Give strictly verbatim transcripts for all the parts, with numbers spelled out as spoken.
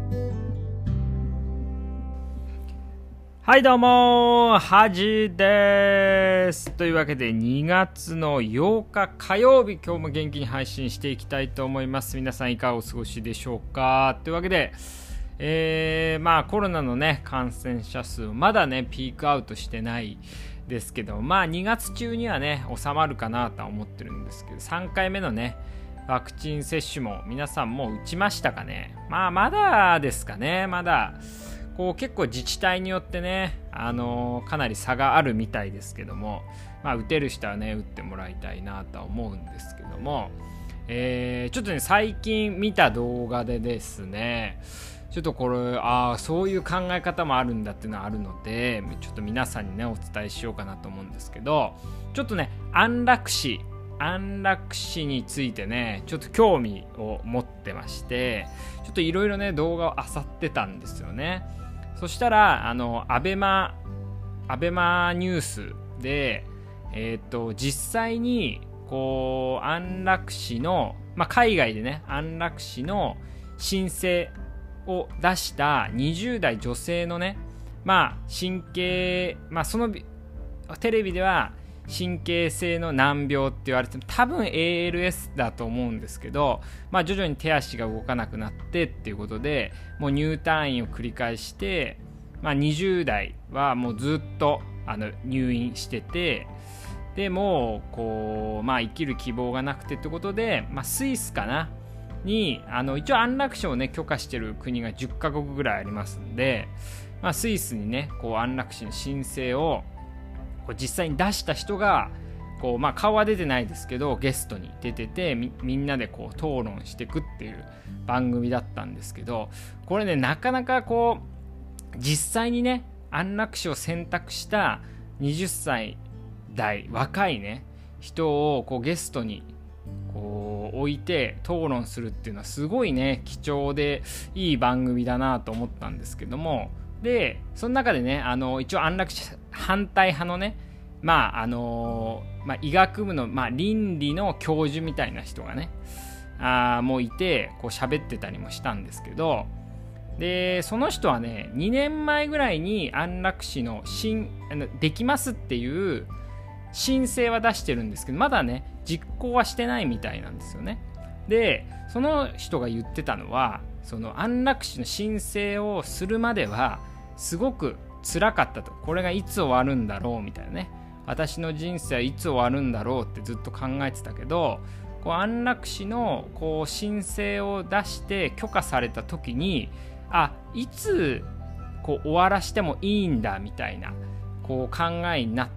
はいどうもはじです。というわけでにがつのようか火曜日、今日も元気に配信していきたいと思います。皆さんいかがお過ごしでしょうか。というわけで、えー、まあコロナのね感染者数まだねピークアウトしてないですけど、まあにがつ中にはね収まるかなとは思ってるんですけど、さんかいめのねワクチン接種も皆さんもう打ちましたかね。まあまだですかね。まだこう結構自治体によってね、あのー、かなり差があるみたいですけども、まあ、打てる人はね打ってもらいたいなとは思うんですけども、えー、ちょっとね最近見た動画でですね、ちょっとこれああそういう考え方もあるんだっていうのはあるので、ちょっと皆さんにねお伝えしようかなと思うんですけど、ちょっとね安楽死安楽死についてねちょっと興味を持ってまして、ちょっといろいろね動画を漁ってたんですよね。そしたらあのアベマアベマニュースで、えー、と実際にこう安楽死の、まあ、海外でね安楽死の申請を出したにじゅうだい女性のね、まあ神経、まあそのテレビでは神経性の難病って言われても多分 エーエルエス だと思うんですけど、まあ、徐々に手足が動かなくなってっていうことでもう入退院を繰り返して、まあ、にじゅうだいはもうずっとあの入院してて、でもうこう、まあ、生きる希望がなくてってことで、まあ、スイスかなにあの一応安楽死をね許可してる国がじゅっかこくぐらいありますんで、まあ、スイスにねこう安楽死の申請をこう実際に出した人がこう、まあ、顔は出てないですけどゲストに出てて み, みんなでこう討論していくっていう番組だったんですけど、これねなかなかこう実際にね安楽死を選択したはたち代若いね人をこうゲストにこう置いて討論するっていうのはすごいね貴重でいい番組だなと思ったんですけども、でその中でねあの一応安楽死反対派のねまああのまあ、医学部の、まあ、倫理の教授みたいな人がねあもういてこう喋ってたりもしたんですけど、でその人はねにねんまえぐらいに安楽死のしあのできますっていう申請は出してるんですけど、まだね実行はしてないみたいなんですよね。でその人が言ってたのは、その安楽死の申請をするまではすごく辛かったと、これがいつ終わるんだろうみたいなね、私の人生はいつ終わるんだろうってずっと考えてたけど、こう安楽死のこう申請を出して許可された時に、あいつこう終わらしてもいいんだみたいなこう考えになって、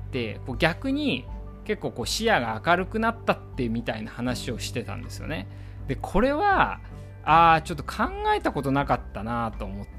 こう逆に結構こう視野が明るくなったってみたいな話をしてたんですよね。でこれはあちょっと考えたことなかったなと思って、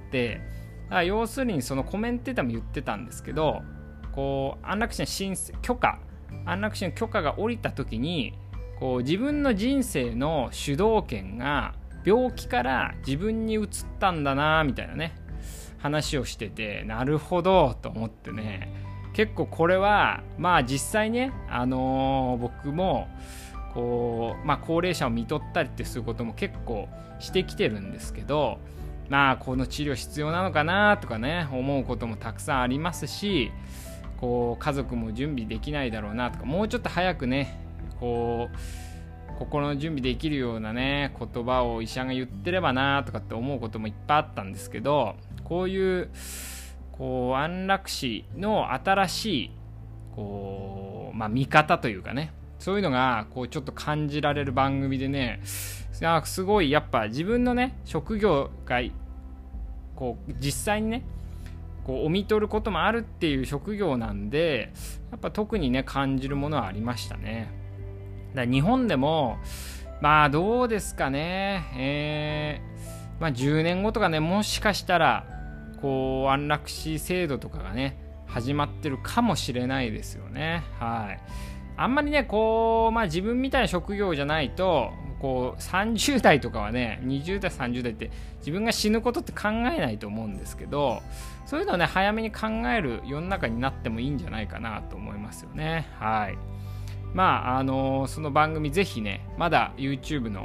要するにそのコメンテーターも言ってたんですけど、こう安楽死の申請許可安楽死の許可が下りた時にこう自分の人生の主導権が病気から自分に移ったんだなみたいなね話をしてて、なるほどと思ってね、結構これはまあ実際ね、あのー、僕もこう、まあ、高齢者を看取ったりってすることも結構してきてるんですけど、まあこの治療必要なのかなとかね思うこともたくさんありますし、こう家族も準備できないだろうなとか、もうちょっと早くねこう心の準備できるようなね言葉を医者が言ってればなとかって思うこともいっぱいあったんですけど、こういうこう安楽死の新しいこう、まあ、見方というかね、そういうのがこうちょっと感じられる番組でね、すごいやっぱ自分のね職業がこう実際にねこうお見取ることもあるっていう職業なんで、やっぱ特にね感じるものはありましたね。だから日本でもまあどうですかね、えーまあ、じゅうねんごとかねもしかしたらこう安楽死制度とかがね始まってるかもしれないですよね。はい。あんまりねこう、まあ、自分みたいな職業じゃないとこうさんじゅう代とかはねにじゅう代さんじゅう代って自分が死ぬことって考えないと思うんですけど、そういうのをね早めに考える世の中になってもいいんじゃないかなと思いますよね。はい。まああのー、その番組ぜひねまだ YouTube の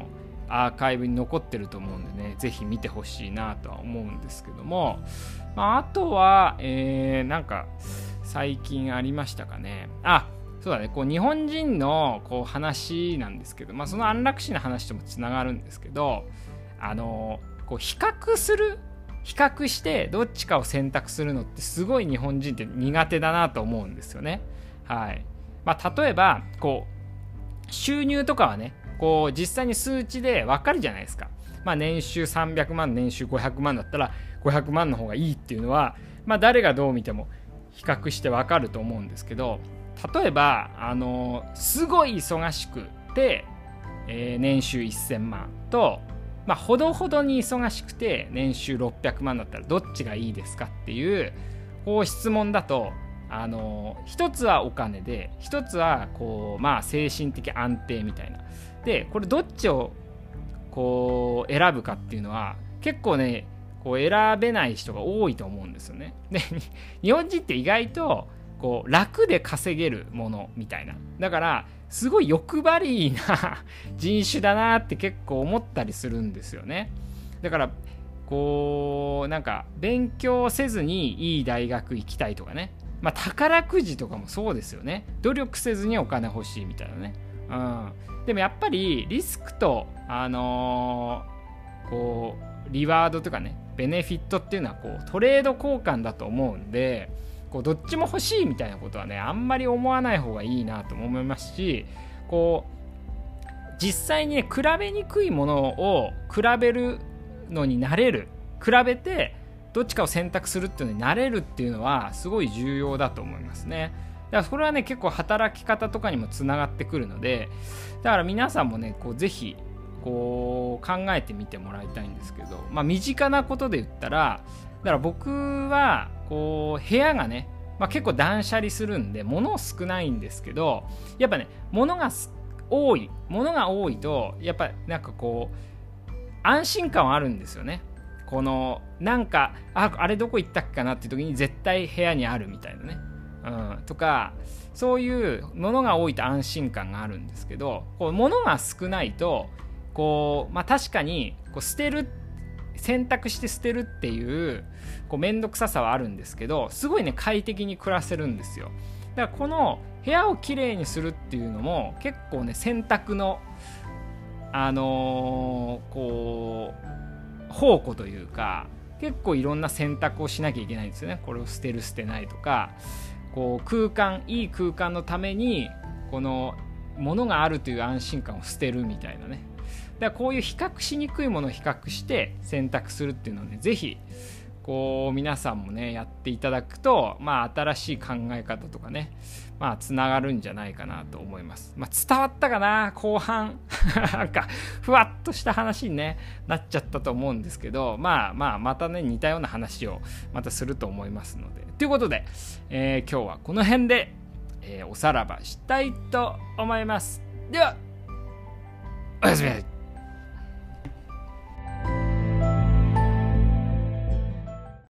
アーカイブに残ってると思うんでね、ぜひ見てほしいなとは思うんですけども、まあ、あとは、えー、なんか最近ありましたかね。あ、そうだね、こう日本人のこう話なんですけど、まあ、その安楽死の話ともつながるんですけど、あのこう比較する比較してどっちかを選択するのってすごい日本人って苦手だなと思うんですよね。はい。まあ、例えばこう収入とかはね、こう実際に数値で分かるじゃないですか。まあ、年収さんびゃくまん、年収ごひゃくまんだったらごひゃくまんの方がいいっていうのは、まあ、誰がどう見ても比較して分かると思うんですけど、例えばあのすごい忙しくて、えー、年収せんまんと、まあ、ほどほどに忙しくて年収ろっぴゃくまんだったらどっちがいいですかっていうこう質問だと、あの一つはお金で一つはこう、まあ、精神的安定みたいなで、これどっちをこう選ぶかっていうのは結構ねこう選べない人が多いと思うんですよね。で日本人って意外とこう楽で稼げるものみたいな、だからすごい欲張りな人種だなって結構思ったりするんですよね。だからこうなんか勉強せずにいい大学行きたいとかね、まあ、宝くじとかもそうですよね。努力せずにお金欲しいみたいなね、うん、でもやっぱりリスクと、あのー、こうリワードとかねベネフィットっていうのはこうトレード交換だと思うんで、こうどっちも欲しいみたいなことはねあんまり思わない方がいいなと思いますし、こう実際にね比べにくいものを比べるのになれる、比べてどっちかを選択するっていうのになれるっていうのはすごい重要だと思いますね。だからこれはね結構働き方とかにもつながってくるので、だから皆さんもねこうぜひこう考えてみてもらいたいんですけど、まあ身近なことで言ったら、だから僕はこう部屋がね、まあ、結構断捨離するんで物少ないんですけど、やっぱね物が多い物が多いとやっぱなんかこう安心感はあるんですよね。このなんか あ, あれどこ行ったっけかなっていう時に絶対部屋にあるみたいなね、うん、とかそういう物が多いと安心感があるんですけど、こう物が少ないとこう、まあ、確かにこう捨てる選択して捨てるっていうこう面倒くささはあるんですけど、すごいね快適に暮らせるんですよ。だからこの部屋をきれいにするっていうのも結構ね選択のあのー、こう宝庫というか、結構いろんな選択をしなきゃいけないんですよね。これを捨てる捨てないとか、こう空間いい空間のためにこの物があるという安心感を捨てるみたいなね。だからこういう比較しにくいものを比較して選択するっていうのをねぜひこう皆さんもねやっていただくと、まあ新しい考え方とかねまあつながるんじゃないかなと思います。まあ伝わったかな、後半なんかふわっとした話に、ね、なっちゃったと思うんですけど、まあまあまたね似たような話をまたすると思いますので、ということで、えー、今日はこの辺で、えー、おさらばしたいと思います。ではおやすみなさい。